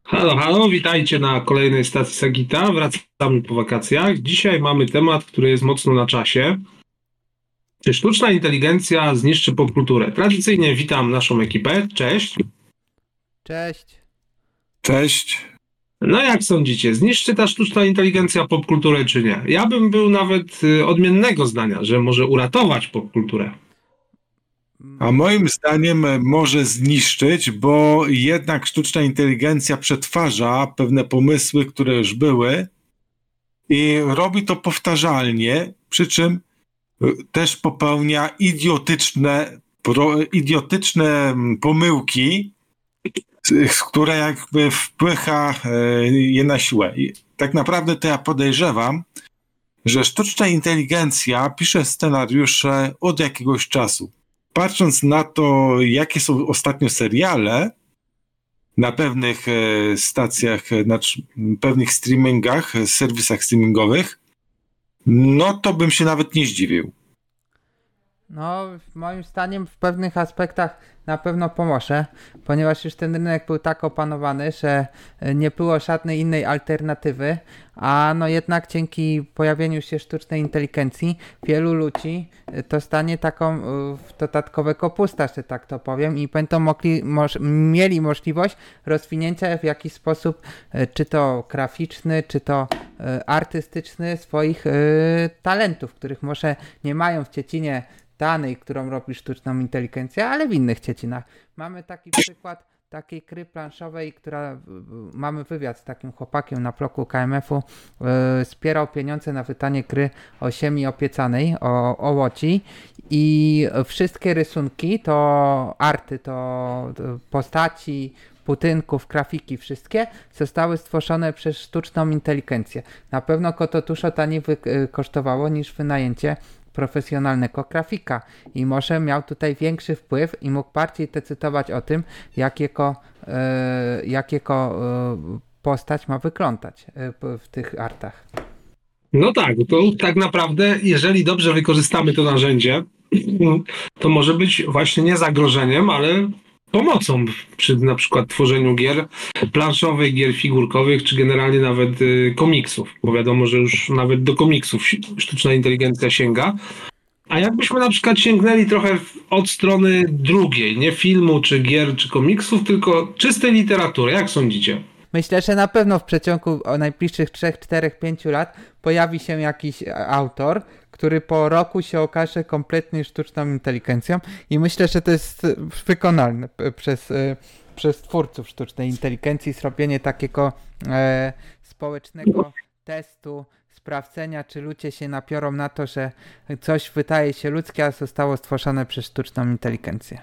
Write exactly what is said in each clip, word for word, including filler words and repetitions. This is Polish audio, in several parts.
Halo, halo, witajcie na kolejnej stacji Sagita. Wracamy po wakacjach. Dzisiaj mamy temat, który jest mocno na czasie. Czy sztuczna inteligencja zniszczy popkulturę? Tradycyjnie witam naszą ekipę. Cześć. Cześć. Cześć. No jak sądzicie, zniszczy ta sztuczna inteligencja popkulturę czy nie? Ja bym był nawet y, odmiennego zdania, że może uratować popkulturę. A moim zdaniem może zniszczyć, bo jednak sztuczna inteligencja przetwarza pewne pomysły, które już były i robi to powtarzalnie, przy czym też popełnia idiotyczne, pro, idiotyczne pomyłki, które jakby wpycha je na siłę. I tak naprawdę to ja podejrzewam, że sztuczna inteligencja pisze scenariusze od jakiegoś czasu. Patrząc na to, jakie są ostatnio seriale na pewnych stacjach, na pewnych streamingach, serwisach streamingowych, no to bym się nawet nie zdziwił. No, moim zdaniem w pewnych aspektach na pewno pomoże, ponieważ już ten rynek był tak opanowany, że nie było żadnej innej alternatywy, a no jednak dzięki pojawieniu się sztucznej inteligencji wielu ludzi dostanie taką dodatkowego pusta, że tak to powiem, i będą mogli, moż, mieli możliwość rozwinięcia w jakiś sposób, czy to graficzny, czy to artystyczny swoich talentów, których może nie mają w dziedzinie danej, którą robi sztuczną inteligencja, ale w innych dziedzinach. Mamy taki przykład takiej gry planszowej, która, mamy wywiad z takim chłopakiem na bloku K M F u, yy, zbierał pieniądze na wydanie gry o ziemi opiecanej, o, o łodzi, i wszystkie rysunki, to arty, to, to postaci, budynków, grafiki, wszystkie zostały stworzone przez sztuczną inteligencję. Na pewno go to dużo taniej wy- kosztowało niż wynajęcie profesjonalnego grafika i może miał tutaj większy wpływ i mógł bardziej decydować o tym, jakiego, e, jakiego e, postać ma wyglądać e, w tych artach. No tak, to tak naprawdę, jeżeli dobrze wykorzystamy to narzędzie, to może być właśnie nie zagrożeniem, ale pomocą przy na przykład tworzeniu gier planszowych, gier figurkowych, czy generalnie nawet y, komiksów, bo wiadomo, że już nawet do komiksów sztuczna inteligencja sięga. A jakbyśmy na przykład sięgnęli trochę od strony drugiej, nie filmu, czy gier, czy komiksów, tylko czystej literatury, jak sądzicie? Myślę, że na pewno w przeciągu najbliższych trzech, czterech, pięciu lat pojawi się jakiś autor, który po roku się okaże kompletnie sztuczną inteligencją, i myślę, że to jest wykonalne przez, przez twórców sztucznej inteligencji, zrobienie takiego e, społecznego testu, sprawdzenia, czy ludzie się napiorą na to, że coś wydaje się ludzkie, a zostało stworzone przez sztuczną inteligencję.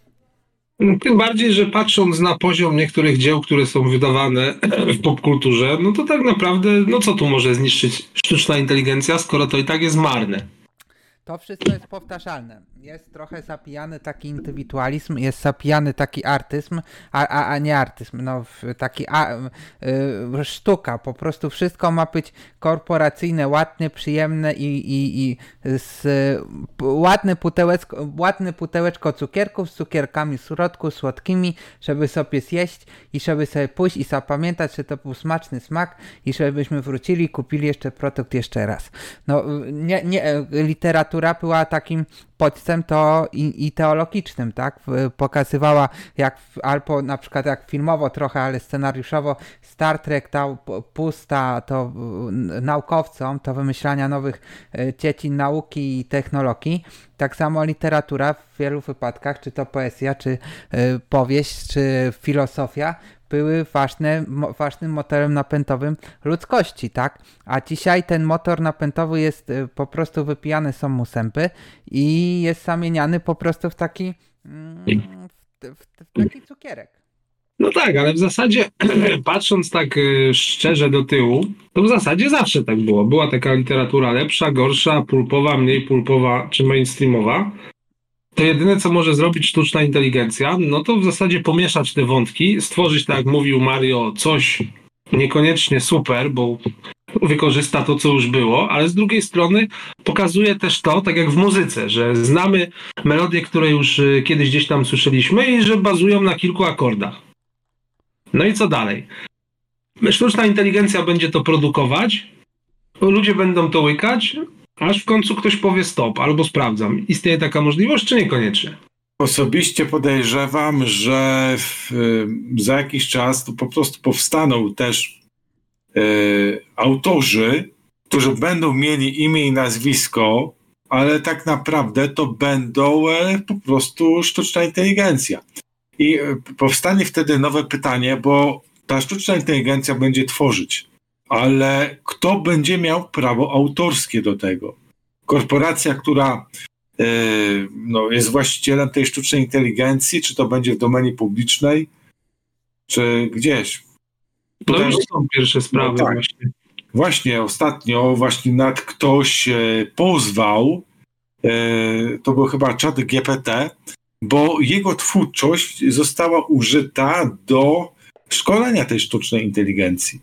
Tym bardziej, że patrząc na poziom niektórych dzieł, które są wydawane w popkulturze, no to tak naprawdę, no co tu może zniszczyć sztuczna inteligencja, skoro to i tak jest marne. To wszystko jest powtarzalne. Jest trochę zapijany taki indywidualizm, jest zapijany taki artyzm, a, a, a nie artyzm, no taki a, y, sztuka. Po prostu wszystko ma być korporacyjne, ładne, przyjemne i, i, i z, y, ładne, pudełeczko, ładne pudełeczko cukierków z cukierkami w środku, słodkimi, żeby sobie zjeść i żeby sobie pójść i zapamiętać, że to był smaczny smak i żebyśmy wrócili i kupili jeszcze produkt jeszcze raz. No nie, nie, literatura była takim bodźcem to i, i teologicznym, tak? Pokazywała, jak albo na przykład jak filmowo trochę, ale scenariuszowo Star Trek dał pusta to naukowcom do wymyślania nowych dziedzin nauki i technologii. Tak samo literatura w wielu wypadkach, czy to poezja, czy y, powieść, czy filozofia, były ważne, mo, ważnym motorem napędowym ludzkości, tak? A dzisiaj ten motor napędowy jest y, po prostu wypijany są mu zęby i jest zamieniany po prostu w taki, mm, w, w, w taki cukierek. No tak, ale w zasadzie patrząc tak y, szczerze do tyłu, to w zasadzie zawsze tak było. Była taka literatura lepsza, gorsza, pulpowa, mniej pulpowa czy mainstreamowa. To jedyne, co może zrobić sztuczna inteligencja, no to w zasadzie pomieszać te wątki, stworzyć, tak jak mówił Mario, coś niekoniecznie super, bo wykorzysta to, co już było, ale z drugiej strony pokazuje też to, tak jak w muzyce, że znamy melodie, które już kiedyś gdzieś tam słyszeliśmy i że bazują na kilku akordach. No i co dalej? sztuczna inteligencja będzie to produkować, ludzie będą to łykać, aż w końcu ktoś powie stop albo sprawdzam. Istnieje taka możliwość, czy niekoniecznie? Osobiście podejrzewam, że w, za jakiś czas to po prostu powstaną też e, autorzy, którzy będą mieli imię i nazwisko, ale tak naprawdę to będą e, po prostu sztuczna inteligencja. I e, powstanie wtedy nowe pytanie, bo ta sztuczna inteligencja będzie tworzyć, ale kto będzie miał prawo autorskie do tego? Korporacja, która e, no, jest właścicielem tej sztucznej inteligencji, czy to będzie w domenie publicznej, czy gdzieś? No Tutaj, już są pierwsze sprawy no tak. właśnie. Właśnie ostatnio właśnie nad ktoś e, pozwał, e, to był chyba czat G P T, bo jego twórczość została użyta do szkolenia tej sztucznej inteligencji.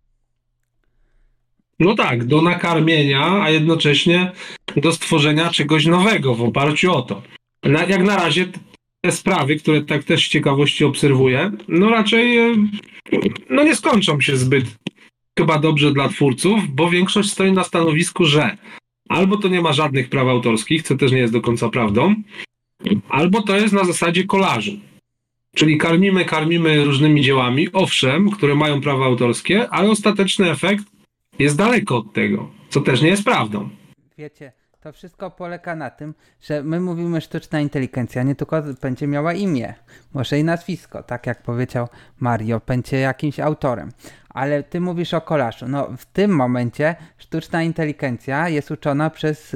No tak, do nakarmienia, a jednocześnie do stworzenia czegoś nowego w oparciu o to. Na, jak na razie te sprawy, które tak też z ciekawości obserwuję, no raczej e, no nie skończą się zbyt chyba dobrze dla twórców, bo większość stoi na stanowisku, że albo to nie ma żadnych praw autorskich, co też nie jest do końca prawdą, albo to jest na zasadzie kolażu. Czyli karmimy, karmimy różnymi dziełami, owszem, które mają prawa autorskie, ale ostateczny efekt jest daleko od tego, co też nie jest prawdą. Wiecie, to wszystko polega na tym, że my mówimy sztuczna inteligencja, nie tylko będzie miała imię, może i nazwisko, tak jak powiedział Mario, będzie jakimś autorem. Ale ty mówisz o kolażu. No w tym momencie sztuczna inteligencja jest uczona przez... Yy,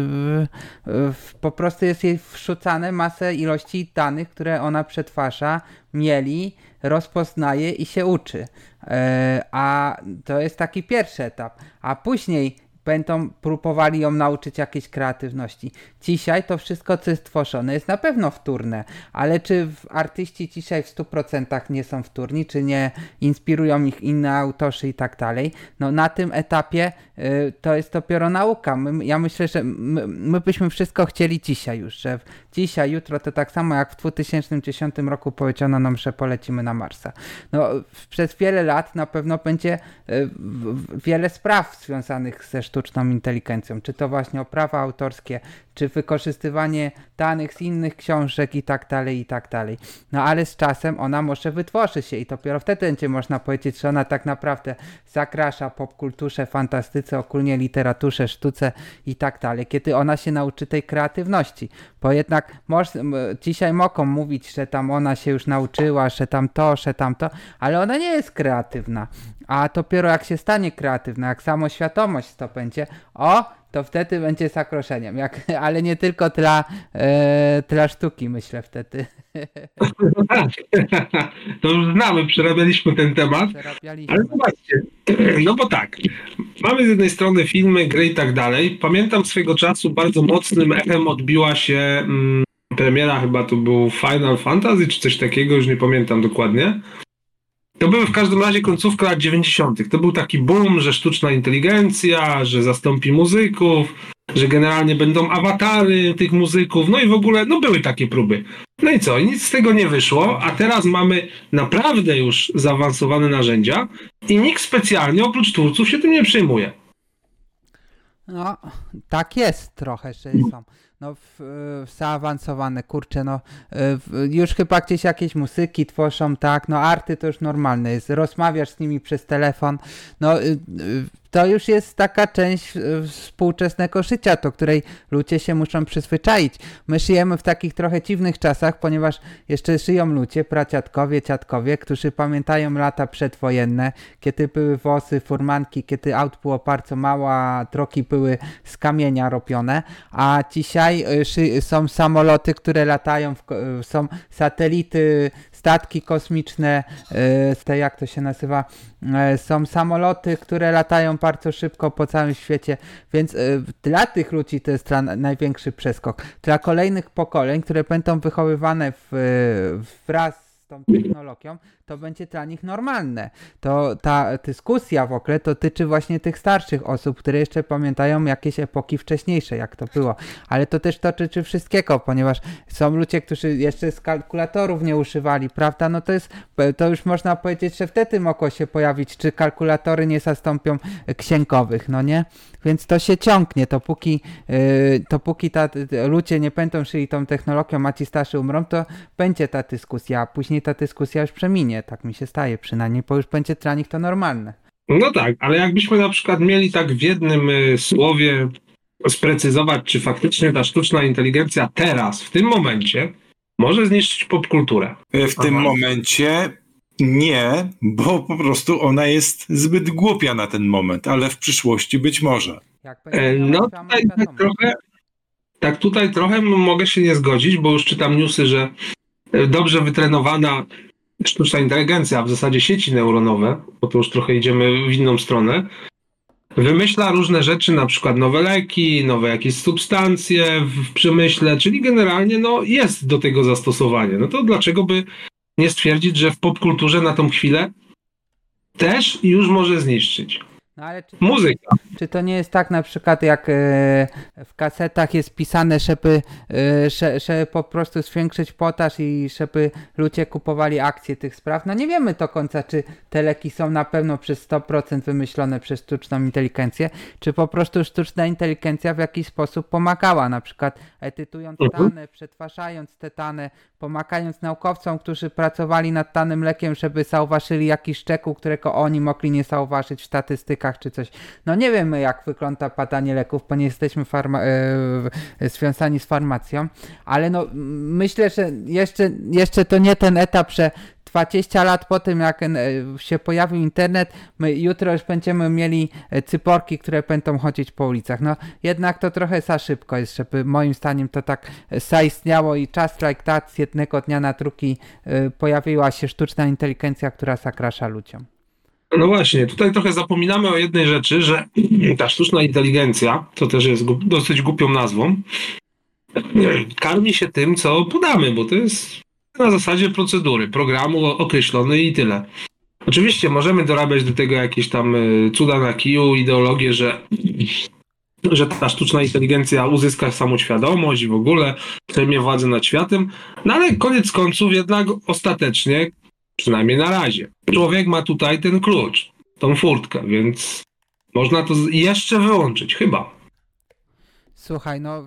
yy, po prostu jest jej wrzucane masę ilości danych, które ona przetwarza, mieli, rozpoznaje i się uczy. Yy, a to jest taki pierwszy etap. A później będą próbowali ją nauczyć jakiejś kreatywności. Dzisiaj to wszystko, co jest tworzone, jest na pewno wtórne, ale czy artyści dzisiaj w stu procentach nie są wtórni, czy nie inspirują ich inne autorzy i tak dalej, no na tym etapie y, to jest dopiero nauka. My, ja myślę, że my, my byśmy wszystko chcieli dzisiaj już, że dzisiaj, jutro to tak samo jak w dwa tysiące dziesiątym roku powiedziano nam, że polecimy na Marsa. No przez wiele lat na pewno będzie y, w, wiele spraw związanych ze sztuczną inteligencją, czy to właśnie o prawa autorskie, czy wykorzystywanie danych z innych książek i tak dalej, i tak dalej. No ale z czasem ona może wytworzy się i dopiero wtedy będzie można powiedzieć, że ona tak naprawdę zagraża popkulturze, fantastyce, ogólnie literaturze, sztuce i tak dalej, kiedy ona się nauczy tej kreatywności, bo jednak moż, dzisiaj mogą mówić, że tam ona się już nauczyła, że tam to, że tam to, ale ona nie jest kreatywna, a dopiero jak się stanie kreatywna, jak samoświadomość to będzie, o, to wtedy będzie zakroszeniem, jak, ale nie tylko dla, e, dla sztuki, myślę wtedy. No tak, to już znamy, przerabialiśmy ten temat, Przerabialiśmy. ale zobaczcie, no bo tak, mamy z jednej strony filmy, gry i tak dalej. Pamiętam swego czasu bardzo mocnym echem odbiła się mm, premiera, chyba to był Final Fantasy czy coś takiego, już nie pamiętam dokładnie. To były w każdym razie końcówka lat dziewięćdziesiątych. To był taki boom, że sztuczna inteligencja, że zastąpi muzyków, że generalnie będą awatary tych muzyków, no i w ogóle, no były takie próby. No i co? I nic z tego nie wyszło, a teraz mamy naprawdę już zaawansowane narzędzia i nikt specjalnie oprócz twórców się tym nie przejmuje. No, tak jest trochę, że są. No, w, w, zaawansowane, kurczę, no, w, już chyba gdzieś jakieś muzyki tworzą, tak, no, arty to już normalne jest, rozmawiasz z nimi przez telefon, no, to już jest taka część współczesnego życia, do której ludzie się muszą przyzwyczaić. My żyjemy w takich trochę dziwnych czasach, ponieważ jeszcze żyją ludzie, pradziadkowie, dziadkowie, którzy pamiętają lata przedwojenne, kiedy były wozy, furmanki, kiedy aut było bardzo mało, a drogi były z kamienia robione, a dzisiaj są samoloty, które latają, w, są satelity, statki kosmiczne, te jak to się nazywa, są samoloty, które latają bardzo szybko po całym świecie, więc dla tych ludzi to jest dla największy przeskok. Dla kolejnych pokoleń, które będą wychowywane w, wraz z tą technologią, to będzie dla nich normalne. To ta dyskusja w ogóle dotyczy właśnie tych starszych osób, które jeszcze pamiętają jakieś epoki wcześniejsze, jak to było. Ale to też dotyczy wszystkiego, ponieważ są ludzie, którzy jeszcze z kalkulatorów nie używali, prawda? No to jest, to już można powiedzieć, że wtedy mogło się pojawić, czy kalkulatory nie zastąpią księgowych, no nie? Więc to się ciągnie, dopóki, yy, dopóki ta, ludzie nie będą szyli tą technologią, a ci starsi umrą, to będzie ta dyskusja, a później ta dyskusja już przeminie, tak mi się staje przynajmniej, bo już będzie dla nich to normalne. No tak, ale jakbyśmy na przykład mieli tak w jednym y, słowie sprecyzować, czy faktycznie ta sztuczna inteligencja teraz, w tym momencie, może zniszczyć popkulturę. W tym Aha. momencie nie, bo po prostu ona jest zbyt głupia na ten moment, ale w przyszłości być może. Jak E, no tutaj tak trochę, tak tutaj trochę mogę się nie zgodzić, bo już czytam newsy, że dobrze wytrenowana sztuczna inteligencja, a w zasadzie sieci neuronowe, bo to już trochę idziemy w inną stronę, wymyśla różne rzeczy, na przykład nowe leki, nowe jakieś substancje w przemyśle, czyli generalnie no, jest do tego zastosowanie. No to dlaczego by nie stwierdzić, że w popkulturze na tą chwilę też już może zniszczyć? No ale czy to, muzyka. Czy to nie jest tak na przykład jak e, w kasetach jest pisane, żeby, e, że, że po prostu zwiększyć podaż i żeby ludzie kupowali akcje tych spraw? No nie wiemy do końca, czy te leki są na pewno przez sto procent wymyślone przez sztuczną inteligencję, czy po prostu sztuczna inteligencja w jakiś sposób pomagała, na przykład edytując Mhm. dane, przetwarzając te dane, pomagając naukowcom, którzy pracowali nad danym lekiem, żeby zauważyli jakiś szczegół, którego oni mogli nie zauważyć w statystykach czy coś. No nie wiemy, jak wygląda badanie leków, bo nie jesteśmy farma- e, związani z farmacją, ale no myślę, że jeszcze, jeszcze to nie ten etap, że dwadzieścia lat po tym, jak się pojawił internet, my jutro już będziemy mieli cyborgi, które będą chodzić po ulicach. No jednak to trochę za szybko jest, żeby moim zdaniem to tak zaistniało i just like that z jednego dnia na drugi pojawiła się sztuczna inteligencja, która zakrasza ludziom. No właśnie, tutaj trochę zapominamy o jednej rzeczy, że ta sztuczna inteligencja, co też jest gu- dosyć głupią nazwą, karmi się tym, co podamy, bo to jest na zasadzie procedury, programu określony i tyle. Oczywiście możemy dorabiać do tego jakieś tam y, cuda na kiju, ideologię, że, że ta sztuczna inteligencja uzyska samoświadomość i w ogóle przejmie władzę nad światem, no ale koniec końców jednak ostatecznie, przynajmniej na razie, człowiek ma tutaj ten klucz, tą furtkę, więc można to z- jeszcze wyłączyć, chyba. Słuchaj, no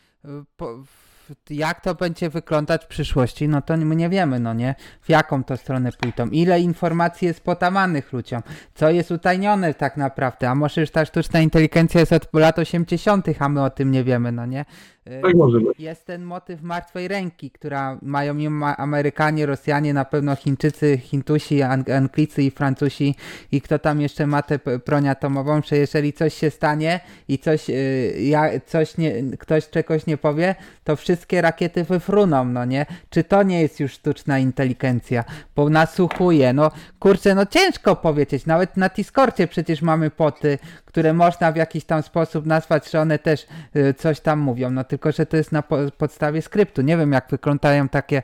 po, jak to będzie wyglądać w przyszłości, no to my nie wiemy, no nie? W jaką to stronę pójdą, ile informacji jest podawanych ludziom, co jest utajnione tak naprawdę, a może już ta sztuczna inteligencja jest od lat osiemdziesiątych, a my o tym nie wiemy, no nie? Tak może być. Jest ten motyw martwej ręki, która mają ją Amerykanie, Rosjanie, na pewno Chińczycy, Hindusi, Ang- Anglicy i Francuzi i kto tam jeszcze ma tę p- broń atomową, że jeżeli coś się stanie i coś, yy, ja, coś nie, ktoś czegoś nie powie, to wszystkie rakiety wyfruną, no nie? Czy to nie jest już sztuczna inteligencja? Bo nasłuchuje, no kurczę, no ciężko powiedzieć, nawet na Discordzie przecież mamy boty, które można w jakiś tam sposób nazwać, że one też y, coś tam mówią, no tylko, że to jest na po, podstawie skryptu. Nie wiem, jak wyglądają takie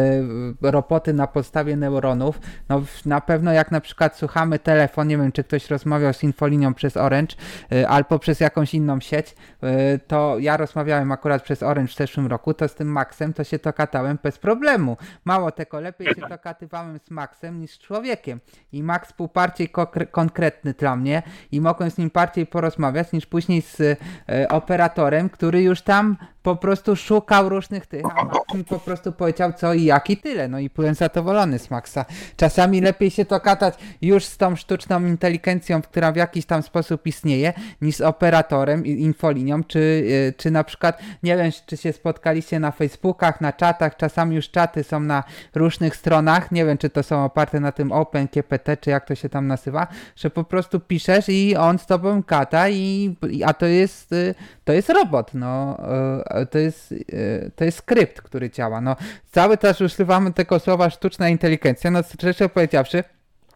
y, roboty na podstawie neuronów. No w- na pewno jak na przykład słuchamy telefon, nie wiem, czy ktoś rozmawiał z infolinią przez Orange y, albo przez jakąś inną sieć, y, to ja rozmawiałem akurat przez Orange w zeszłym roku, to z tym Maxem to się dogadałem bez problemu. Mało tego, lepiej się dogadywałem z Maxem niż z człowiekiem. I Max był bardziej kokre- konkretny dla mnie i mogłem z nim bardziej porozmawiać niż później z e, operatorem, który już tam po prostu szukał różnych tych, a Max mi po prostu powiedział co i jak i tyle. No i byłem zadowolony z Maxa. Czasami lepiej się dogadać już z tą sztuczną inteligencją, która w jakiś tam sposób istnieje, niż z operatorem i infolinią, czy, e, czy na przykład, nie wiem, czy się spotkaliście na Facebookach, na czatach, czasami już czaty są na różnych stronach, nie wiem, czy to są oparte na tym OpenGPT, czy jak to się tam nazywa, że po prostu piszesz i on z tobą gada i, i a to jest, y, to jest robot, no, y, to jest, y, to jest skrypt, który działa, no, cały czas używamy tego słowa sztuczna inteligencja, no, szczerze powiedziawszy,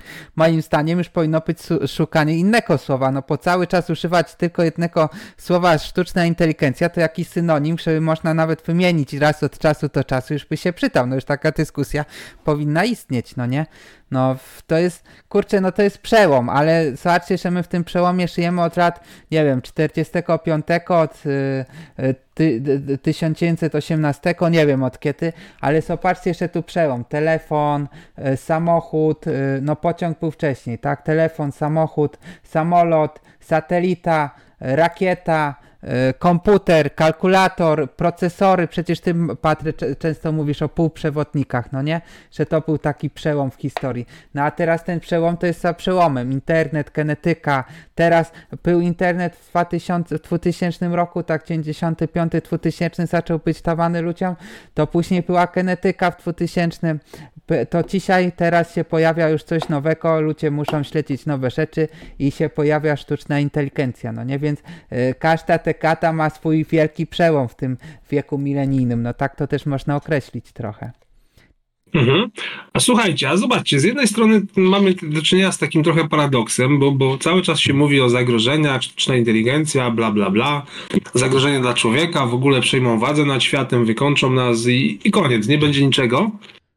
moim zdaniem już powinno być szukanie innego słowa, no po cały czas używać tylko jednego słowa sztuczna inteligencja, to jakiś synonim, który można nawet wymienić raz od czasu do czasu, już by się przydał, no już taka dyskusja powinna istnieć, no nie? No to jest, kurczę, no to jest przełom, ale zobaczcie, że my w tym przełomie żyjemy od lat, nie wiem, czterdziestego piątego, od y, ty, y, tysiąc dziewięćset osiemnastego, nie wiem od kiedy, ale zobaczcie jeszcze tu przełom, telefon, y, samochód, y, no pociąg był wcześniej, tak, telefon, samochód, samolot, satelita, y, rakieta, komputer, kalkulator, procesory, przecież ty, Patry, często mówisz o półprzewodnikach, no nie? Że to był taki przełom w historii. No a teraz ten przełom to jest za przełomem. Internet, genetyka, teraz był internet w dwutysięcznym roku, tak dziewięćdziesiąty piąty dwutysięczny zaczął być dawany ludziom, to później była genetyka w dwutysięcznym, to dzisiaj, teraz się pojawia już coś nowego, ludzie muszą śledzić nowe rzeczy i się pojawia sztuczna inteligencja, no nie? Więc y, każda dekada ma swój wielki przełom w tym wieku milenijnym, no tak to też można określić trochę. Mhm. A słuchajcie, a zobaczcie, z jednej strony mamy do czynienia z takim trochę paradoksem, bo, bo cały czas się mówi o zagrożeniach, sztuczna inteligencja, bla, bla, bla, zagrożenie dla człowieka, w ogóle przejmą władzę nad światem, wykończą nas i, i koniec, nie będzie niczego.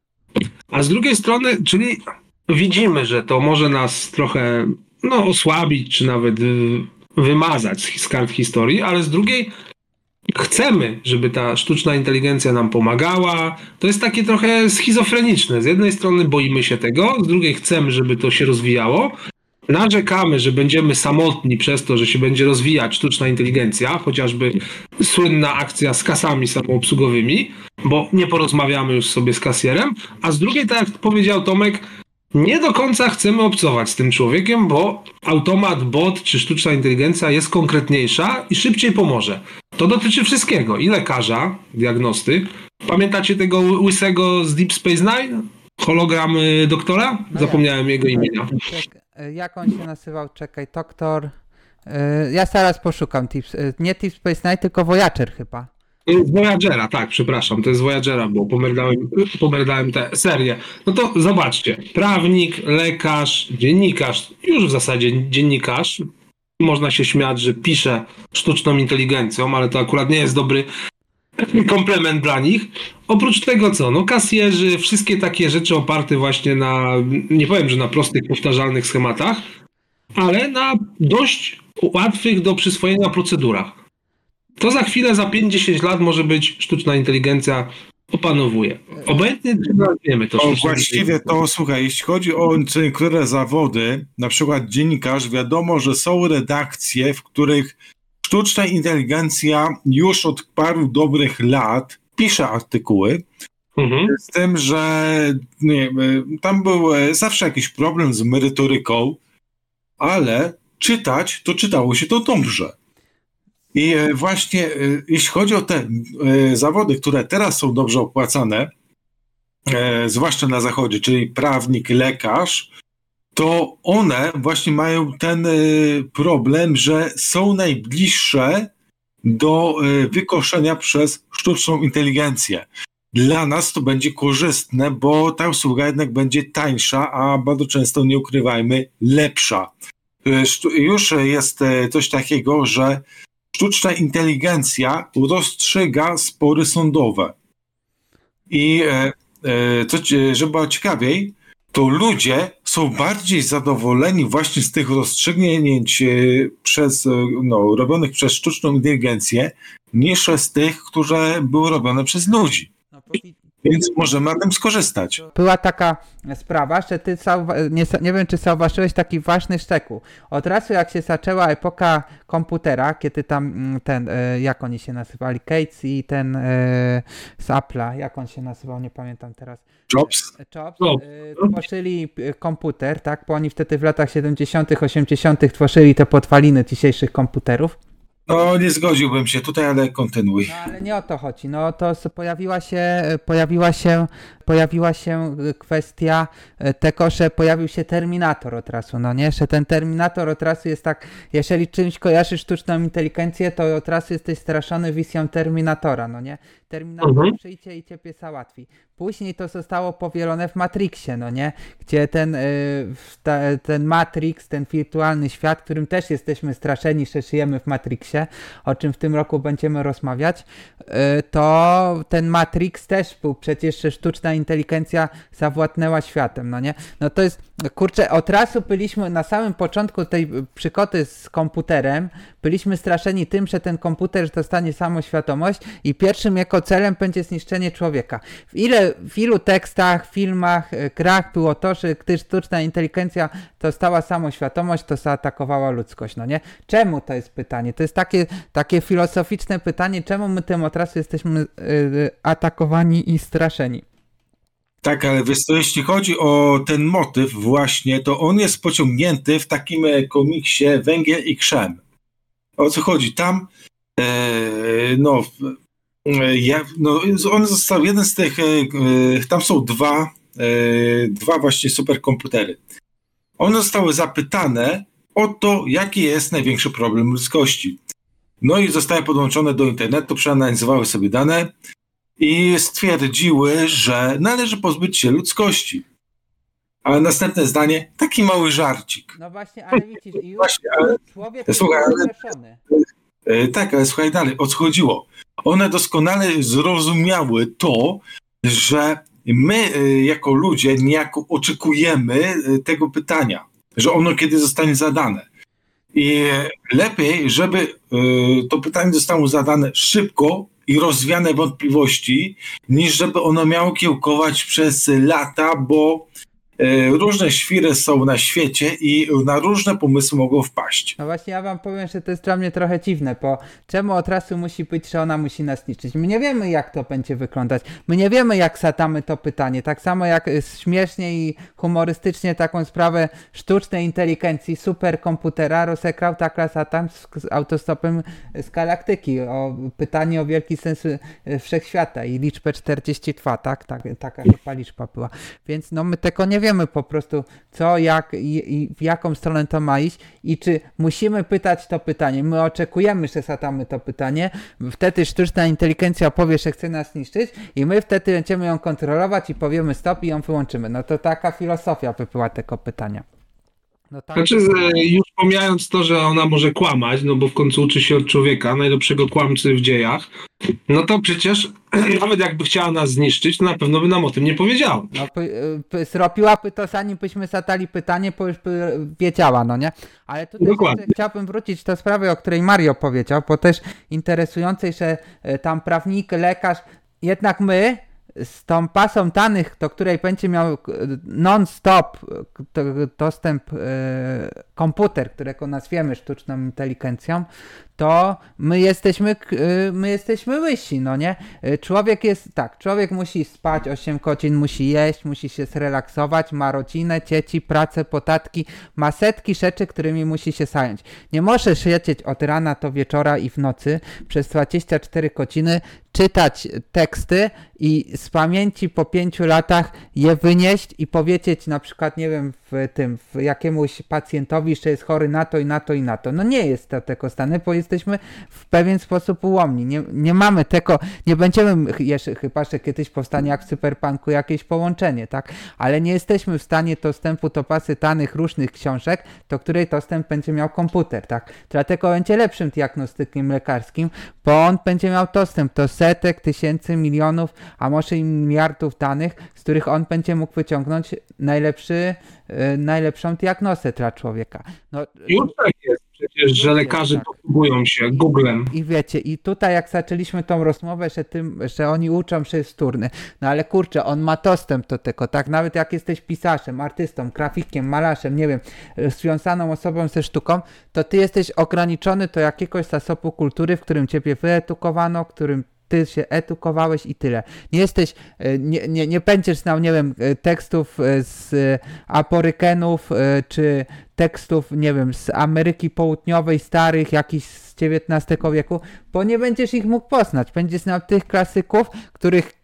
A z drugiej strony, czyli widzimy, że to może nas trochę no, osłabić, czy nawet wymazać z kart historii, ale z drugiej chcemy, żeby ta sztuczna inteligencja nam pomagała. To jest takie trochę schizofreniczne. Z jednej strony boimy się tego, z drugiej chcemy, żeby to się rozwijało. Narzekamy, że będziemy samotni przez to, że się będzie rozwijać sztuczna inteligencja, chociażby słynna akcja z kasami samoobsługowymi, bo nie porozmawiamy już sobie z kasjerem, a z drugiej, tak jak powiedział Tomek, nie do końca chcemy obcować z tym człowiekiem, bo automat, bot czy sztuczna inteligencja jest konkretniejsza i szybciej pomoże. To dotyczy wszystkiego. I lekarza, diagnosty. Pamiętacie tego łysego z Deep Space Nine? Hologram doktora? No Zapomniałem jego imienia. Jak on się nazywał? Czekaj, doktor... Ja zaraz poszukam. Nie Deep Space Nine, tylko Voyager chyba. Z Voyagera, tak, przepraszam, to jest z Voyagera, bo pomerdałem, pomerdałem tę serię. No to zobaczcie, prawnik, lekarz, dziennikarz, już w zasadzie dziennikarz, można się śmiać, że pisze sztuczną inteligencją, ale to akurat nie jest dobry komplement dla nich. Oprócz tego co, no kasjerzy, wszystkie takie rzeczy oparte właśnie na, nie powiem, że na prostych, powtarzalnych schematach, ale na dość łatwych do przyswojenia procedurach. To za chwilę, za pięć do dziesięciu lat może być sztuczna inteligencja opanowuje. Obecnie wiemy to. to właściwie to, słuchaj, jeśli chodzi o niektóre zawody, na przykład dziennikarz, wiadomo, że są redakcje, w których sztuczna inteligencja już od paru dobrych lat pisze artykuły, mhm. z tym, że nie, tam był zawsze jakiś problem z merytoryką, ale czytać, to czytało się to dobrze. I właśnie jeśli chodzi o te zawody, które teraz są dobrze opłacane, zwłaszcza na zachodzie, czyli prawnik, lekarz, to one właśnie mają ten problem, że są najbliższe do wykoszenia przez sztuczną inteligencję. Dla nas to będzie korzystne, bo ta usługa jednak będzie tańsza, a bardzo często, nie ukrywajmy, lepsza. Już jest coś takiego, że sztuczna inteligencja rozstrzyga spory sądowe. I e, co, żeby było ciekawiej, to ludzie są bardziej zadowoleni właśnie z tych rozstrzygnięć przez, no, robionych przez sztuczną inteligencję, niż z tych, które były robione przez ludzi. No, Więc możemy na tym skorzystać. Była taka sprawa, że ty zauwa- nie, nie wiem, czy zauważyłeś taki ważny szczegół. Od razu jak się zaczęła epoka komputera, kiedy tam ten, e, jak oni się nazywali, Gates i ten e, z Apple'a, jak on się nazywał, nie pamiętam teraz. Jobs. Jobs e, tworzyli komputer, tak, bo oni wtedy w latach siedemdziesiątych, osiemdziesiątych tworzyli te podwaliny dzisiejszych komputerów. No, nie zgodziłbym się tutaj, ale kontynuuj. No, ale nie o to chodzi. No to pojawiła się, pojawiła się pojawiła się kwestia tego, że pojawił się Terminator od razu, no nie? Że ten Terminator od razu jest tak, jeżeli czymś kojarzysz sztuczną inteligencję, to od razu jesteś straszony wizją Terminatora, no nie? Terminator mhm. przyjdzie i ciebie załatwi. Później to zostało powielone w Matrixie, no nie? Gdzie ten, yy, ta, ten Matrix, ten wirtualny świat, którym też jesteśmy straszeni, że żyjemy w Matrixie, o czym w tym roku będziemy rozmawiać, yy, to ten Matrix też był przecież, że sztuczna inteligencja zawładnęła światem, no nie? No to jest, kurczę, od razu byliśmy na samym początku tej przygody z komputerem, byliśmy straszeni tym, że ten komputer dostanie samoświadomość i pierwszym jako celem będzie zniszczenie człowieka. W, ile, w ilu tekstach, filmach, grach było to, że gdy sztuczna inteligencja dostała samoświadomość, to zaatakowała ludzkość, no nie? Czemu to jest pytanie? To jest takie, takie filozoficzne pytanie, czemu my tym od razu jesteśmy yy, atakowani i straszeni? Tak, ale wiesz co, jeśli chodzi o ten motyw właśnie, to on jest pociągnięty w takim komiksie Węgiel i Krzem. O co chodzi? Tam e, no, e, ja, no on został jeden z tych, e, tam są dwa, e, dwa właśnie superkomputery. One zostały zapytane o to, jaki jest największy problem ludzkości. No i zostały podłączone do internetu, przeanalizowały sobie dane i stwierdziły, że należy pozbyć się ludzkości. Ale następne zdanie, taki mały żarcik. No właśnie, ale widzisz, już właśnie, ale, człowiek słuchaj, jest ale, tak, ale słuchaj dalej, o co chodziło? One doskonale zrozumiały to, że my jako ludzie niejako oczekujemy tego pytania, że ono kiedy zostanie zadane. I lepiej, żeby to pytanie zostało zadane szybko i rozwiane wątpliwości, niż żeby ono miało kiełkować przez lata, bo różne świry są na świecie i na różne pomysły mogą wpaść. No właśnie, ja wam powiem, że to jest dla mnie trochę dziwne, bo czemu od razu musi być, że ona musi nas niszczyć? My nie wiemy, jak to będzie wyglądać. My nie wiemy, jak zadamy to pytanie. Tak samo jak śmiesznie i humorystycznie taką sprawę sztucznej inteligencji, superkomputera rozegrał Douglas Adams z Autostopem z Galaktyki. O pytanie o wielki sens wszechświata i liczbę czterdzieści dwa, tak? tak taka chyba liczba była. Więc no my tego nie wiemy po prostu co, jak i, i w jaką stronę to ma iść i czy musimy pytać to pytanie. My oczekujemy, że zadamy to pytanie, wtedy sztuczna inteligencja powie, że chce nas niszczyć i my wtedy będziemy ją kontrolować i powiemy stop i ją wyłączymy. No to taka filozofia by była tego pytania. No tak. Znaczy, już pomijając to, że ona może kłamać, no bo w końcu uczy się od człowieka, najlepszego kłamcy w dziejach, no to przecież nawet jakby chciała nas zniszczyć, to na pewno by nam o tym nie powiedziała. No, p- zrobiłaby to, zanim byśmy zadali pytanie, bo już by wiedziała, no nie? Ale tutaj chciałbym wrócić do sprawy, o której Mario powiedział, bo też interesującej, że tam prawnik, lekarz, jednak my z tą pasą danych, do której będzie miał non-stop dostęp yy, komputer, którego nazwiemy sztuczną inteligencją, to my jesteśmy, yy, my jesteśmy łysi, no nie? Człowiek jest, tak, człowiek musi spać osiem godzin, musi jeść, musi się zrelaksować, ma rodzinę, dzieci, pracę, podatki, ma setki rzeczy, którymi musi się zająć. Nie możesz siedzieć od rana do wieczora i w nocy przez dwadzieścia cztery godziny, czytać teksty i z pamięci po pięciu latach je wynieść i powiedzieć na przykład, nie wiem, w tym, w jakiemuś pacjentowi, że jest chory na to i na to i na to. No nie jest to tego stany, bo jesteśmy w pewien sposób ułomni. Nie, nie mamy tego, nie będziemy, jeszcze, chyba że kiedyś powstanie jak w Cyberpunku jakieś połączenie, tak? Ale nie jesteśmy w stanie dostępu do bazy danych różnych książek, do której dostęp będzie miał komputer, tak? Dlatego będzie lepszym diagnostykiem lekarskim, bo on będzie miał dostęp do setek, tysięcy, milionów, a może i miliardów danych, z których on będzie mógł wyciągnąć najlepszy, yy, najlepszą diagnozę dla człowieka. No, już tak jest przecież, że lekarze tak posługują się Googlem. I wiecie, i tutaj jak zaczęliśmy tą rozmowę, że, tym, że oni uczą, że jest wtórny, no ale kurczę, on ma dostęp do tego, tak? Nawet jak jesteś pisarzem, artystą, grafikiem, malarzem, nie wiem, związaną osobą ze sztuką, to ty jesteś ograniczony do jakiegoś zasobu kultury, w którym ciebie wyedukowano, w którym ty się edukowałeś i tyle. Nie jesteś, nie, nie, nie będziesz znał, nie wiem, tekstów z Aborygenów, czy tekstów, nie wiem, z Ameryki Południowej, starych, jakichś z dziewiętnastego wieku, bo nie będziesz ich mógł poznać. Będziesz znał tych klasyków, których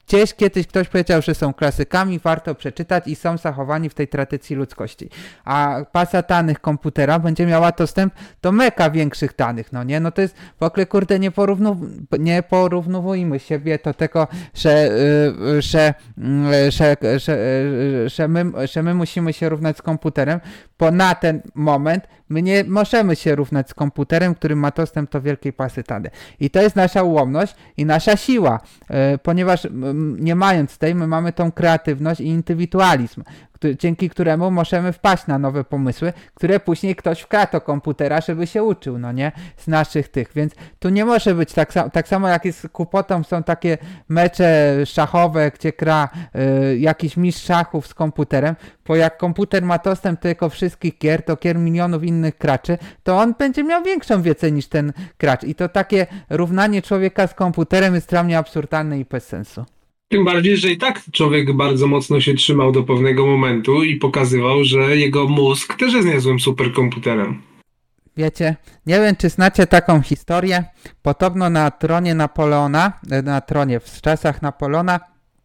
gdzieś kiedyś ktoś powiedział, że są klasykami, warto przeczytać i są zachowani w tej tradycji ludzkości. A baza danych komputera będzie miała dostęp do mega większych danych, no nie? No to jest w ogóle, kurde, nie, porównu, nie porównujmy siebie do tego, że, yy, że, yy, że, że, yy, że, my, że my musimy się równać z komputerem, bo na ten moment my nie możemy się równać z komputerem, który ma dostęp do wielkiej bazy danych. I to jest nasza ułomność i nasza siła, yy, ponieważ yy, nie mając tej, my mamy tą kreatywność i indywidualizm, który, dzięki któremu możemy wpaść na nowe pomysły, które później ktoś wkradł do komputera, żeby się uczył, no nie? Z naszych tych, więc tu nie może być tak, sam, tak samo jak jest kłopotą, są takie mecze szachowe, gdzie gra yy, jakiś mistrz szachów z komputerem, bo jak komputer ma dostęp do tylko wszystkich gier, do gier milionów innych graczy, to on będzie miał większą wiedzę niż ten gracz i to takie równanie człowieka z komputerem jest dla mnie absurdalne i bez sensu. Tym bardziej, że i tak człowiek bardzo mocno się trzymał do pewnego momentu i pokazywał, że jego mózg też jest niezłym superkomputerem. Wiecie, nie wiem, czy znacie taką historię. Podobno na tronie Napoleona, na tronie w czasach Napoleona,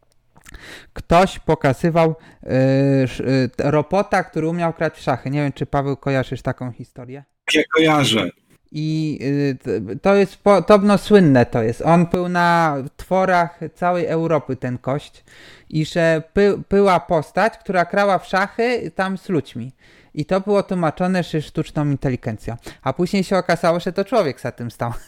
ktoś pokazywał yy, yy, robota, który umiał grać w szachy. Nie wiem, czy Paweł kojarzysz taką historię? Ja kojarzę. I y, to jest podobno słynne to jest. On był na tworach całej Europy, ten kość, i że by, była postać, która grała w szachy tam z ludźmi. I to było tłumaczone, że sztuczną inteligencją. A później się okazało, że to człowiek za tym stał.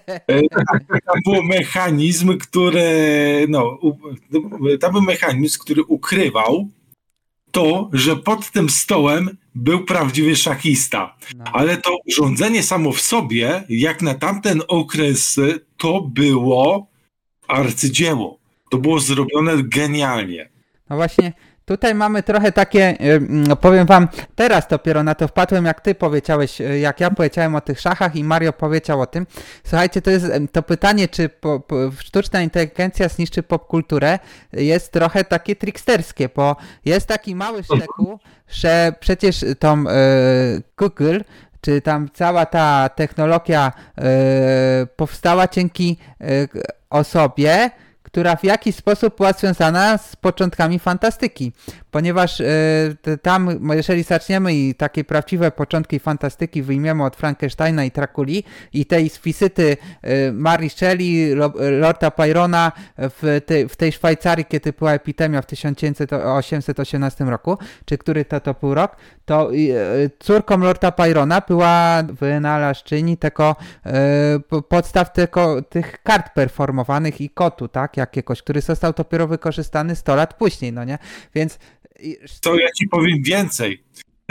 Tam był mechanizm, który no, tam był mechanizm, który ukrywał to, że pod tym stołem był prawdziwy szachista. No. Ale to urządzenie samo w sobie, jak na tamten okres, to było arcydzieło. To było zrobione genialnie. No właśnie, tutaj mamy trochę takie, no powiem wam, teraz dopiero na to wpadłem, jak ty powiedziałeś, jak ja powiedziałem o tych szachach i Mario powiedział o tym. Słuchajcie, to jest to pytanie, czy po, po, sztuczna inteligencja zniszczy popkulturę, jest trochę takie tricksterskie, bo jest taki mały szczegół, że przecież tą e, Google, czy tam cała ta technologia e, powstała dzięki e, osobie, która w jakiś sposób była związana z początkami fantastyki, ponieważ y, tam, jeżeli zaczniemy i takie prawdziwe początki fantastyki wyjmiemy od Frankensteina i Drakuli i tej z wizyty y, Mary Shelley, Lorda Byrona w, te, w tej Szwajcarii, kiedy była epidemia w tysiąc osiemset osiemnastym roku, czy który to, to był rok, to y, córką Lorda Byrona była wynalazczyni tego y, podstaw tego, tych kart performowanych i kotu, tak, jakiegoś, który został dopiero wykorzystany sto lat później, no nie? Więc to ja ci powiem więcej.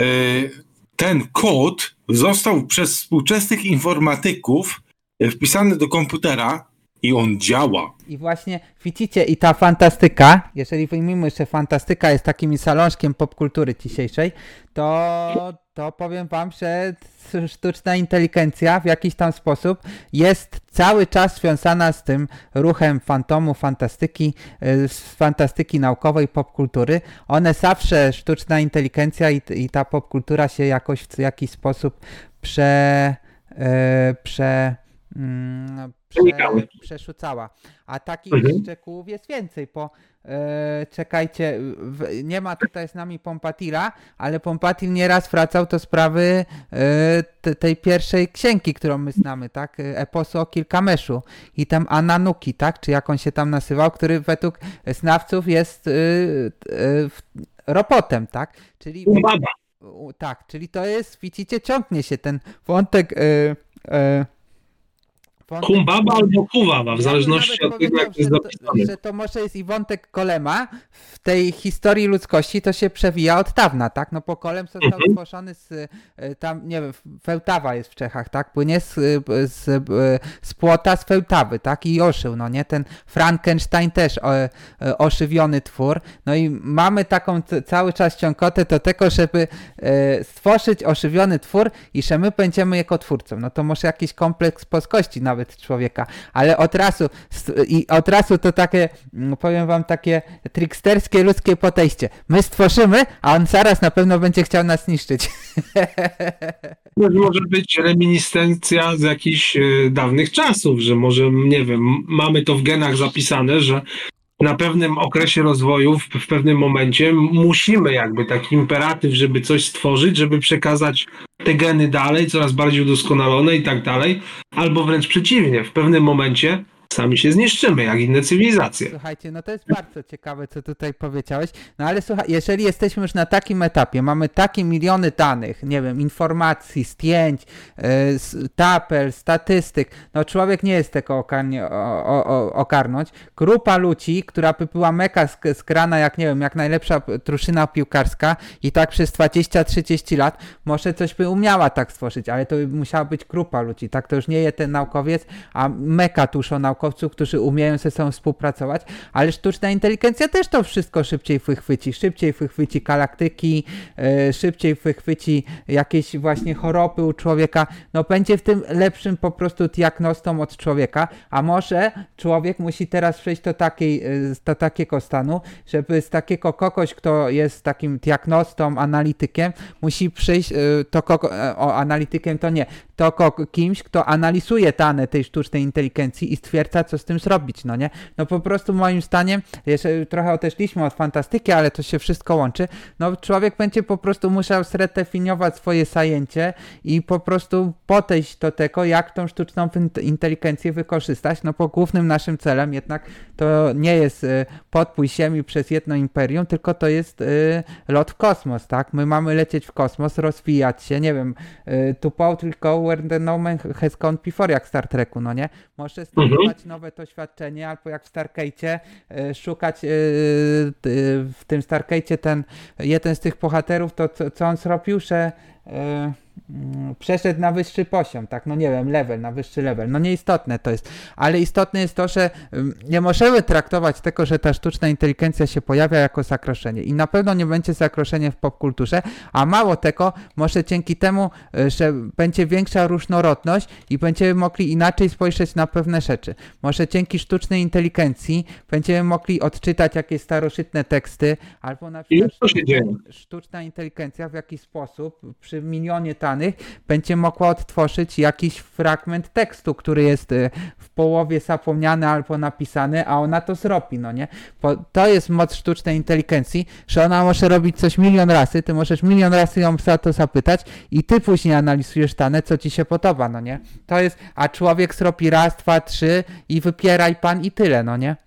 Ten kod został przez współczesnych informatyków wpisany do komputera i on działa. I właśnie widzicie, i ta fantastyka, jeżeli wyjmijmy, że fantastyka jest takim salążkiem popkultury dzisiejszej, to, to powiem wam, że sztuczna inteligencja w jakiś tam sposób jest cały czas związana z tym ruchem fantomu, fantastyki, z fantastyki naukowej, popkultury. One zawsze, sztuczna inteligencja i, i ta popkultura się jakoś w jakiś sposób prze... Yy, prze mm, Prze, przeszucała. A takich mhm. szczegółów jest więcej, bo e, czekajcie, w, nie ma tutaj z nami Pompatila, ale Pompatil nieraz wracał do sprawy e, t, tej pierwszej księgi, którą my znamy, tak? Eposu o Kilkameszu i tam Ananuki, tak? Czy jak on się tam nazywał, który według znawców jest e, e, robotem, tak? Czyli u, tak, czyli to jest, widzicie, ciągnie się ten wątek e, e, Humbaba albo Huwawa, w zależności od tego, jak jest zapisane. Że to może jest i wątek Kolema w tej historii ludzkości, to się przewija od dawna, tak? No bo Kolem został mhm. stworzony z, tam, nie wiem, Wełtawa jest w Czechach, tak? Płynie z, z, z płota z Wełtawy, tak? I oszył, no nie? Ten Frankenstein też o, ożywiony twór. No i mamy taką c- cały czas ciągotę do tego, żeby e, stworzyć ożywiony twór i że my będziemy jego twórcą. No to może jakiś kompleks boskości nawet człowieka, ale od razu i od razu to takie, powiem wam, takie tricksterskie ludzkie podejście. My stworzymy, a on zaraz na pewno będzie chciał nas niszczyć. To może być reminiscencja z jakichś e, dawnych czasów, że może, nie wiem, mamy to w genach zapisane, że na pewnym okresie rozwoju, w, w pewnym momencie musimy jakby taki imperatyw, żeby coś stworzyć, żeby przekazać te geny dalej, coraz bardziej udoskonalone i tak dalej, albo wręcz przeciwnie, w pewnym momencie sami się zniszczymy, jak inne cywilizacje. Słuchajcie, no to jest bardzo ciekawe, co tutaj powiedziałeś, no ale słuchaj, jeżeli jesteśmy już na takim etapie, mamy takie miliony danych, nie wiem, informacji, zdjęć, yy, tabel, statystyk, no człowiek nie jest tego okarnie, o, o, o, ogarnąć. Grupa ludzi, która by była mega sk- skrana, jak nie wiem, jak najlepsza drużyna piłkarska i tak przez dwadzieścia trzydzieści lat, może coś by umiała tak stworzyć, ale to by musiała być grupa ludzi, tak, to już nie jest ten naukowiec, a mega dużo naukowców, którzy umieją ze sobą współpracować, ale sztuczna inteligencja też to wszystko szybciej wychwyci, szybciej wychwyci galaktyki, yy, szybciej wychwyci jakieś właśnie choroby u człowieka, no będzie w tym lepszym po prostu diagnostą od człowieka, a może człowiek musi teraz przejść do, takiej, yy, do takiego stanu, żeby z takiego kogoś, kto jest takim diagnostą, analitykiem, musi przyjść, yy, to kogo, yy, o analitykiem to nie, to ko- kimś, kto analizuje dane tej sztucznej inteligencji i stwierdza, co z tym zrobić, no nie? No po prostu moim zdaniem, jeszcze trochę odeszliśmy od fantastyki, ale to się wszystko łączy, no człowiek będzie po prostu musiał zredefiniować swoje zajęcie i po prostu podejść do tego, jak tą sztuczną inteligencję wykorzystać, no bo głównym naszym celem jednak to nie jest y, podpójść Ziemi przez jedno imperium, tylko to jest y, lot w kosmos, tak? My mamy lecieć w kosmos, rozwijać się, nie wiem, y, to boldly go where the no man has gone before, jak w Star Treku, no nie? Może spróbować mhm. nowe doświadczenie, albo jak w Stargate'cie y, szukać y, y, w tym Stargate'cie ten jeden z tych bohaterów, to co, co on zrobił, że y, przeszedł na wyższy poziom, tak, no nie wiem, level, na wyższy level, no nieistotne to jest, ale istotne jest to, że nie możemy traktować tego, że ta sztuczna inteligencja się pojawia jako zagrożenie i na pewno nie będzie zagrożenie w popkulturze, a mało tego, może dzięki temu, że będzie większa różnorodność i będziemy mogli inaczej spojrzeć na pewne rzeczy, może dzięki sztucznej inteligencji będziemy mogli odczytać jakieś starożytne teksty, albo na przykład sztuczna, sztuczna inteligencja w jakiś sposób przy milionie danych będzie mogła odtworzyć jakiś fragment tekstu, który jest w połowie zapomniany albo napisany, a ona to zrobi, no nie? Bo to jest moc sztucznej inteligencji, że ona może robić coś milion razy, ty możesz milion razy ją za to zapytać i ty później analizujesz dane, co ci się podoba, no nie? To jest, a człowiek zrobi raz, dwa, trzy i wypieraj pan i tyle, no nie?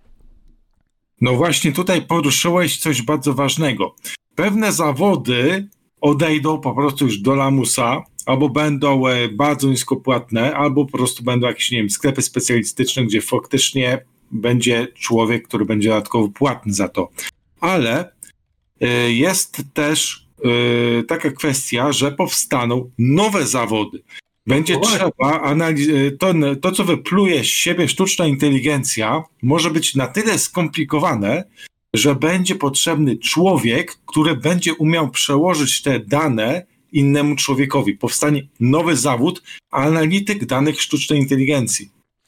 No właśnie tutaj poruszyłeś coś bardzo ważnego. Pewne zawody odejdą po prostu już do lamusa, albo będą bardzo niskopłatne, albo po prostu będą jakieś, nie wiem, sklepy specjalistyczne, gdzie faktycznie będzie człowiek, który będzie dodatkowo płatny za to. Ale y, jest też y, taka kwestia, że powstaną nowe zawody. Będzie o, trzeba analizować, to, to co wypluje z siebie sztuczna inteligencja, może być na tyle skomplikowane, że będzie potrzebny człowiek, który będzie umiał przełożyć te dane innemu człowiekowi. Powstanie nowy zawód, analityk danych sztucznej inteligencji.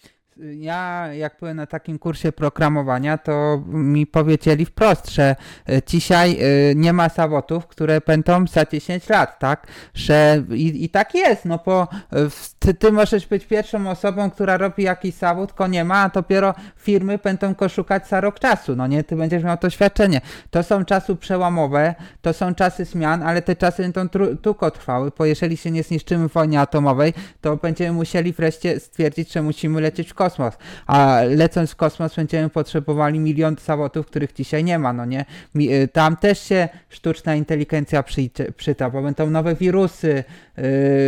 Ja jak byłem na takim kursie programowania, to mi powiedzieli wprost, że dzisiaj nie ma zawodów, które będą za dziesięć lat, tak? Że i, i tak jest, no bo ty, ty możesz być pierwszą osobą, która robi jakiś zawód, go nie ma, a dopiero firmy będą go szukać za rok czasu, no nie? Ty będziesz miał doświadczenie. To są czasy przełomowe, to są czasy zmian, ale te czasy będą długo trwały, bo jeżeli się nie zniszczymy w wojnie atomowej, to będziemy musieli wreszcie stwierdzić, że musimy lecieć w kosmos. Kosmos, a lecąc w kosmos będziemy potrzebowali milion zawodów, których dzisiaj nie ma, no nie? Tam też się sztuczna inteligencja przyjdzie, przyda, bo będą nowe wirusy, yy,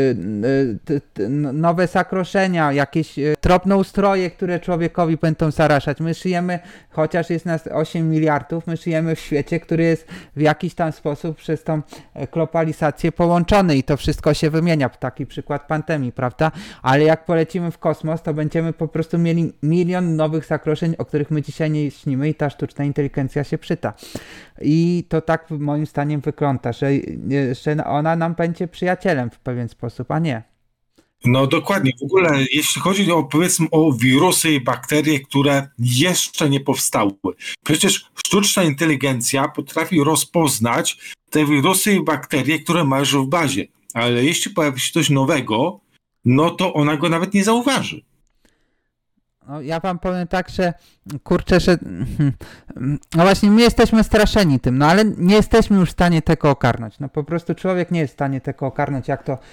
yy, nowe zagrożenia, jakieś yy, drobnoustroje, które człowiekowi będą zarażać. My żyjemy, chociaż jest nas osiem miliardów, my żyjemy w świecie, który jest w jakiś tam sposób przez tą globalizację połączony i to wszystko się wymienia. Taki przykład pandemii, prawda? Ale jak polecimy w kosmos, to będziemy po prostu mieli milion nowych zagrożeń, o których my dzisiaj nie śnimy i ta sztuczna inteligencja się przyda. I to tak moim zdaniem wygląda, że, że ona nam będzie przyjacielem w pewien sposób, a nie. No dokładnie. W ogóle jeśli chodzi o, powiedzmy, o wirusy i bakterie, które jeszcze nie powstały. Przecież sztuczna inteligencja potrafi rozpoznać te wirusy i bakterie, które ma już w bazie. Ale jeśli pojawi się coś nowego, no to ona go nawet nie zauważy. No, ja wam powiem tak, że kurczę, że no właśnie my jesteśmy straszeni tym, no ale nie jesteśmy już w stanie tego ogarnąć. No po prostu człowiek nie jest w stanie tego ogarnąć, jak to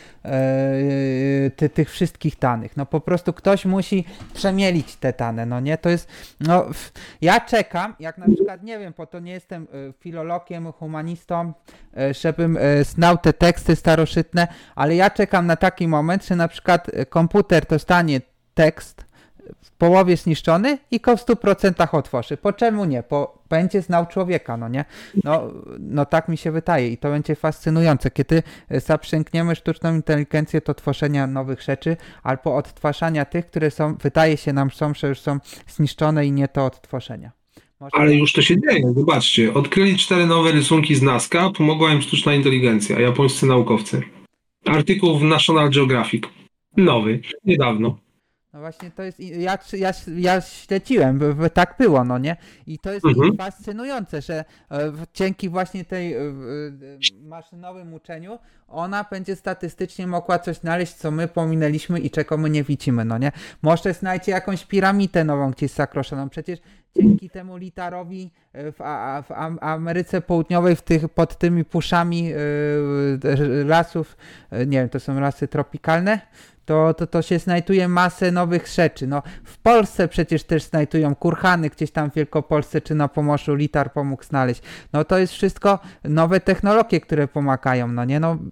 e, ty, tych wszystkich danych. No po prostu ktoś musi przemielić te dane, no nie? To jest, no ja czekam, jak na przykład, nie wiem, bo to nie jestem filologiem, humanistą, żebym znał te teksty starożytne, ale ja czekam na taki moment, że na przykład komputer dostanie tekst w połowie zniszczony i go w stu procentach otworzy. Po czemu nie? Bo będzie znał człowieka, no nie? No, no tak mi się wydaje i to będzie fascynujące, kiedy zaprzęgniemy sztuczną inteligencję do tworzenia nowych rzeczy albo odtwarzania tych, które są, wydaje się nam są, że już są zniszczone i nie do odtworzenia. Może... Ale już to się dzieje, zobaczcie. Odkryli cztery nowe rysunki z Nazca, pomogła im sztuczna inteligencja, japońscy naukowcy. Artykuł w National Geographic. Nowy, niedawno. No właśnie to jest, ja, ja, ja śledziłem, bo, bo tak było, no nie? I to jest mhm. fascynujące, że e, dzięki właśnie tej e, e, maszynowym uczeniu ona będzie statystycznie mogła coś znaleźć, co my pominęliśmy i czego my nie widzimy, no nie? Może znajdzie jakąś piramidę nową gdzieś zakroszoną, przecież dzięki temu litarowi w, a, w Ameryce Południowej, w tych, pod tymi puszami e, lasów, e, nie wiem, to są lasy tropikalne, To, to, to się znajduje masę nowych rzeczy. No, w Polsce przecież też znajdują kurhany, gdzieś tam w Wielkopolsce czy na Pomorzu litar pomógł znaleźć. No to jest wszystko nowe technologie, które pomagają, no nie? No,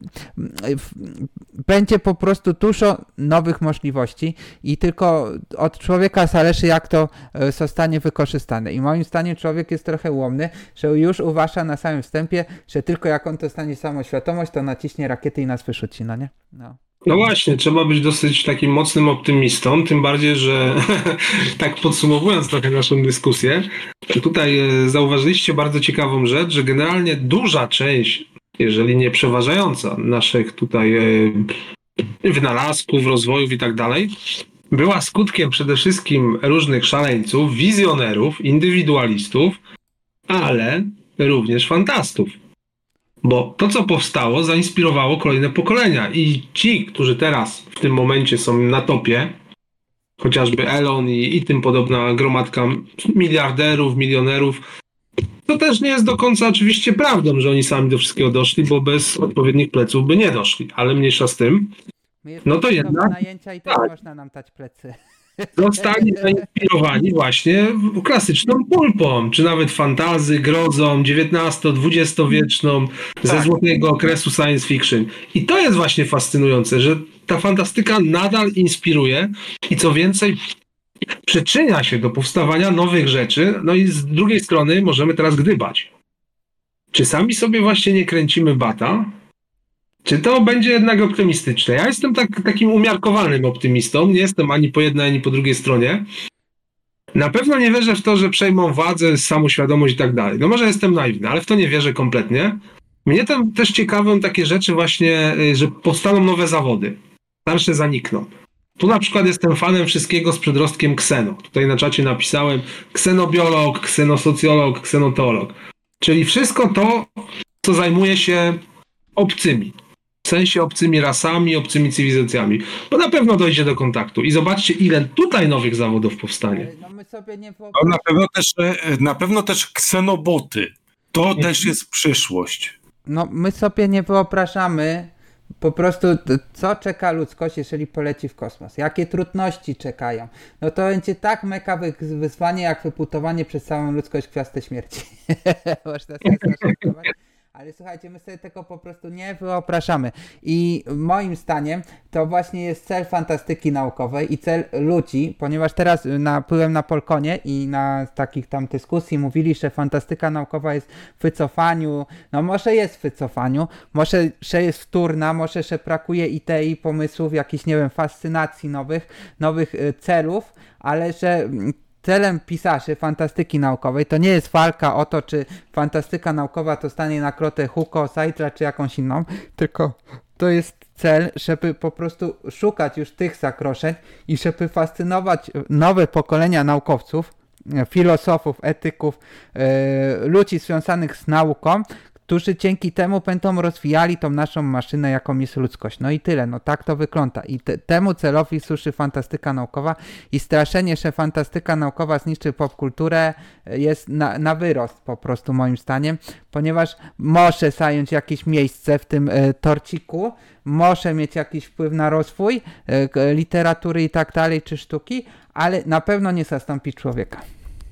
będzie po prostu dużo nowych możliwości i tylko od człowieka zależy, jak to zostanie wykorzystane. I moim zdaniem człowiek jest trochę ułomny, że już uważa na samym wstępie, że tylko jak on dostanie samoświadomość, to naciśnie rakiety i nas wyrzuci, no nie? No. No właśnie, trzeba być dosyć takim mocnym optymistą, tym bardziej, że tak podsumowując trochę naszą dyskusję, tutaj zauważyliście bardzo ciekawą rzecz, że generalnie duża część, jeżeli nie przeważająca naszych tutaj wynalazków, rozwojów i tak dalej, była skutkiem przede wszystkim różnych szaleńców, wizjonerów, indywidualistów, ale również fantastów. Bo to, co powstało, zainspirowało kolejne pokolenia i ci, którzy teraz w tym momencie są na topie, chociażby Elon i, i tym podobna gromadka miliarderów, milionerów, to też nie jest do końca oczywiście prawdą, że oni sami do wszystkiego doszli, bo bez odpowiednich pleców by nie doszli, ale mniejsza z tym. No to jednak najęcia i też tak, można nam dać plecy. Zostali zainspirowani właśnie klasyczną pulpą, czy nawet fantazy, grozą dziewiętnasto-dwudziestowieczną ze złotego okresu science fiction. I to jest właśnie fascynujące, że ta fantastyka nadal inspiruje i co więcej przyczynia się do powstawania nowych rzeczy, no i z drugiej strony możemy teraz gdybać. Czy sami sobie właśnie nie kręcimy bata? Czy to będzie jednak optymistyczne? Ja jestem tak, takim umiarkowanym optymistą, nie jestem ani po jednej, ani po drugiej stronie. Na pewno nie wierzę w to, że przejmą władzę, samoświadomość i tak dalej. No może jestem naiwny, ale w to nie wierzę kompletnie. Mnie tam też ciekawią takie rzeczy właśnie, że powstaną nowe zawody. Starsze zanikną. Tu na przykład jestem fanem wszystkiego z przedrostkiem kseno. Tutaj na czacie napisałem ksenobiolog, ksenosocjolog, ksenoteolog. Czyli wszystko to, co zajmuje się obcymi. W sensie obcymi rasami, obcymi cywilizacjami. Bo na pewno dojdzie do kontaktu. I zobaczcie, ile tutaj nowych zawodów powstanie. No my sobie nie wyobrażamy. Na pewno też, na pewno też ksenoboty. To nie. Też jest przyszłość. No my sobie nie wyobrażamy po prostu, co czeka ludzkość, jeżeli poleci w kosmos. Jakie trudności czekają. No to będzie tak mega wyzwanie, jak wyputowanie przez całą ludzkość gwiazdy śmierci. Można sobie zaszczytować. Ale słuchajcie, my sobie tego po prostu nie wyobrażamy. I moim zdaniem to właśnie jest cel fantastyki naukowej i cel ludzi, ponieważ teraz na, byłem na Polkonie i na takich tam dyskusji mówili, że fantastyka naukowa jest w wycofaniu. No może jest w wycofaniu, może, że jest wtórna, może, że brakuje idei, pomysłów, jakichś, nie wiem, fascynacji nowych, nowych celów, ale że celem pisarzy fantastyki naukowej to nie jest walka o to, czy fantastyka naukowa to stanie na klotę Hugo, Saitra czy jakąś inną, tylko to jest cel, żeby po prostu szukać już tych zakroczeń i żeby fascynować nowe pokolenia naukowców, filozofów, etyków, yy, ludzi związanych z nauką, którzy dzięki temu będą rozwijali tą naszą maszynę, jaką jest ludzkość. No i tyle, no tak to wygląda. I te, temu celowi służy fantastyka naukowa i straszenie, że fantastyka naukowa zniszczy popkulturę jest na, na wyrost po prostu moim zdaniem, ponieważ może zająć jakieś miejsce w tym e, torciku, może mieć jakiś wpływ na rozwój e, literatury i tak dalej, czy sztuki, ale na pewno nie zastąpi człowieka.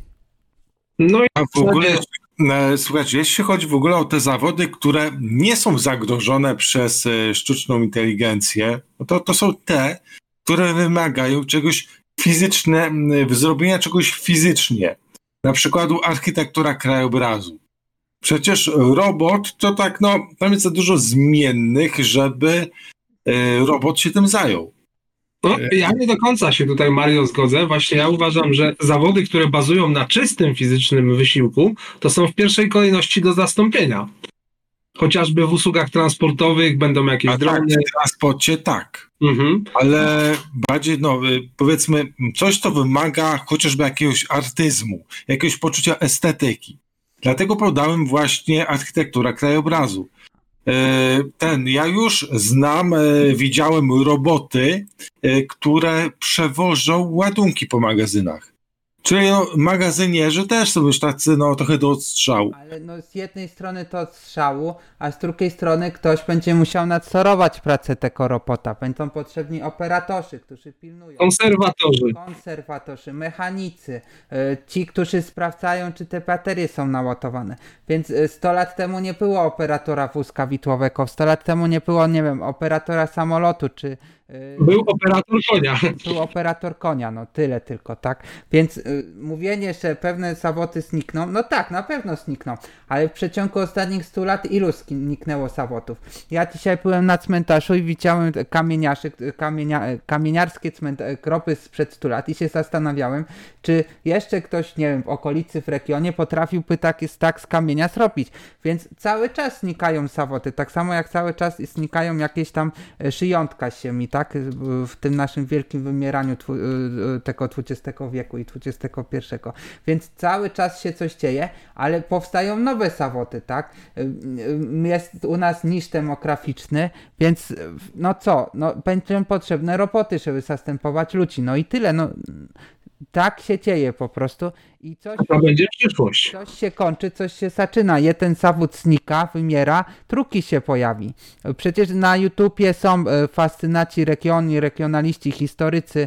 No i A w ogóle, e, słuchajcie, jeśli chodzi w ogóle o te zawody, które nie są zagrożone przez e, sztuczną inteligencję, no to, to są te, które wymagają czegoś fizyczne, zrobienia czegoś fizycznie. Na przykład architektura krajobrazu. Przecież robot to tak, no, tam jest za dużo zmiennych, żeby e, robot się tym zajął. No, ja nie do końca się tutaj, Mario, zgodzę. Właśnie ja uważam, że zawody, które bazują na czystym fizycznym wysiłku, to są w pierwszej kolejności do zastąpienia. Chociażby w usługach transportowych będą jakieś A drony. tak, w transporcie tak. Mhm. Ale bardziej, no, powiedzmy, coś, co wymaga chociażby jakiegoś artyzmu, jakiegoś poczucia estetyki. Dlatego podałem właśnie architektura krajobrazu. Ten, ja już znam, widziałem roboty, które przewożą ładunki po magazynach. Czyli no, magazynierzy też są już tacy, no, trochę do odstrzału. Ale no z jednej strony to odstrzału, a z drugiej strony ktoś będzie musiał nadzorować pracę tego robota. Będą potrzebni operatorzy, którzy pilnują. Konserwatorzy. Konserwatorzy, mechanicy, ci, którzy sprawdzają, czy te baterie są naładowane. Więc sto lat temu nie było operatora wózka widłowego, sto lat temu nie było, nie wiem, operatora samolotu, czy Był operator konia. Był operator konia, no tyle tylko, tak? Więc y, mówienie, że pewne zawody znikną, no tak, na pewno znikną, ale w przeciągu ostatnich stu lat ilu zniknęło zawodów? Ja dzisiaj byłem na cmentarzu i widziałem kamieniarzy, kamienia, kamieniarskie cmenta- groby sprzed stu lat i się zastanawiałem, czy jeszcze ktoś, nie wiem, w okolicy, w regionie potrafiłby tak, tak z kamienia zrobić. Więc cały czas znikają zawody, tak samo jak cały czas znikają jakieś tam szyjątka z ziemi, tak? W tym naszym wielkim wymieraniu tw- tego dwudziestego wieku i dwudziestego pierwszego. Więc cały czas się coś dzieje, ale powstają nowe zawody, tak? Jest u nas niż demograficzny, więc no co? No będą potrzebne roboty, żeby zastępować ludzi. No i tyle, no tak się dzieje po prostu i coś, to będzie przyszłość. Coś się kończy, coś się zaczyna. Jeden zawód znika, wymiera, drugi się pojawi. Przecież na YouTubie są fascynaci regioni, regionaliści, historycy,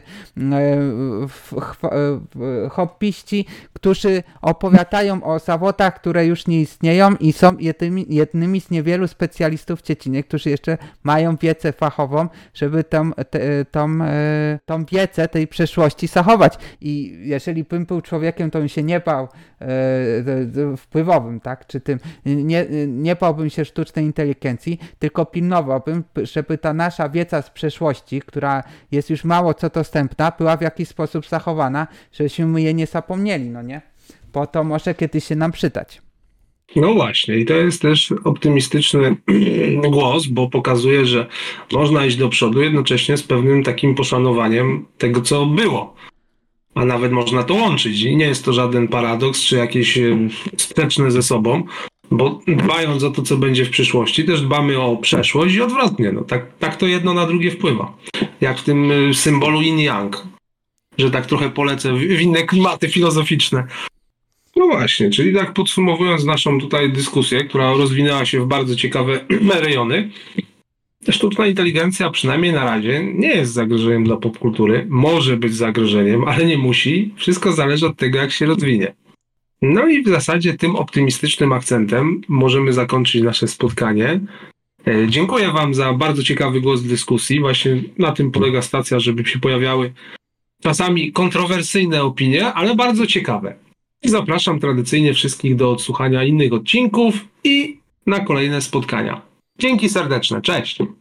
hobbyści, którzy opowiadają o zawodach, które już nie istnieją i są jednymi, jednymi z niewielu specjalistów w dziedzinie, którzy jeszcze mają wiedzę fachową, żeby tą, te, tą, tą wiedzę tej przeszłości zachować. I jeżeli bym był człowiekiem, to bym się nie bał e, wpływowym, tak, czy tym, nie, nie bałbym się sztucznej inteligencji, tylko pilnowałbym, żeby ta nasza wiedza z przeszłości, która jest już mało co dostępna, była w jakiś sposób zachowana, żebyśmy jej nie zapomnieli, no nie? Bo to może kiedyś się nam przydać. No właśnie, i to jest też optymistyczny głos, bo pokazuje, że można iść do przodu jednocześnie z pewnym takim poszanowaniem tego, co było. A nawet można to łączyć i nie jest to żaden paradoks czy jakieś sprzeczne ze sobą, bo dbając o to, co będzie w przyszłości, też dbamy o przeszłość i odwrotnie. No, tak, tak to jedno na drugie wpływa. Jak w tym symbolu yin-yang, że tak trochę polecę w, w inne klimaty filozoficzne. No właśnie, czyli tak podsumowując naszą tutaj dyskusję, która rozwinęła się w bardzo ciekawe rejony, sztuczna inteligencja przynajmniej na razie nie jest zagrożeniem dla popkultury. Może być zagrożeniem, ale nie musi. Wszystko zależy od tego, jak się rozwinie. No i w zasadzie tym optymistycznym akcentem możemy zakończyć nasze spotkanie. Dziękuję Wam za bardzo ciekawy głos w dyskusji. Właśnie na tym polega stacja, żeby się pojawiały czasami kontrowersyjne opinie, ale bardzo ciekawe. I zapraszam tradycyjnie wszystkich do odsłuchania innych odcinków i na kolejne spotkania. Dzięki serdeczne, cześć!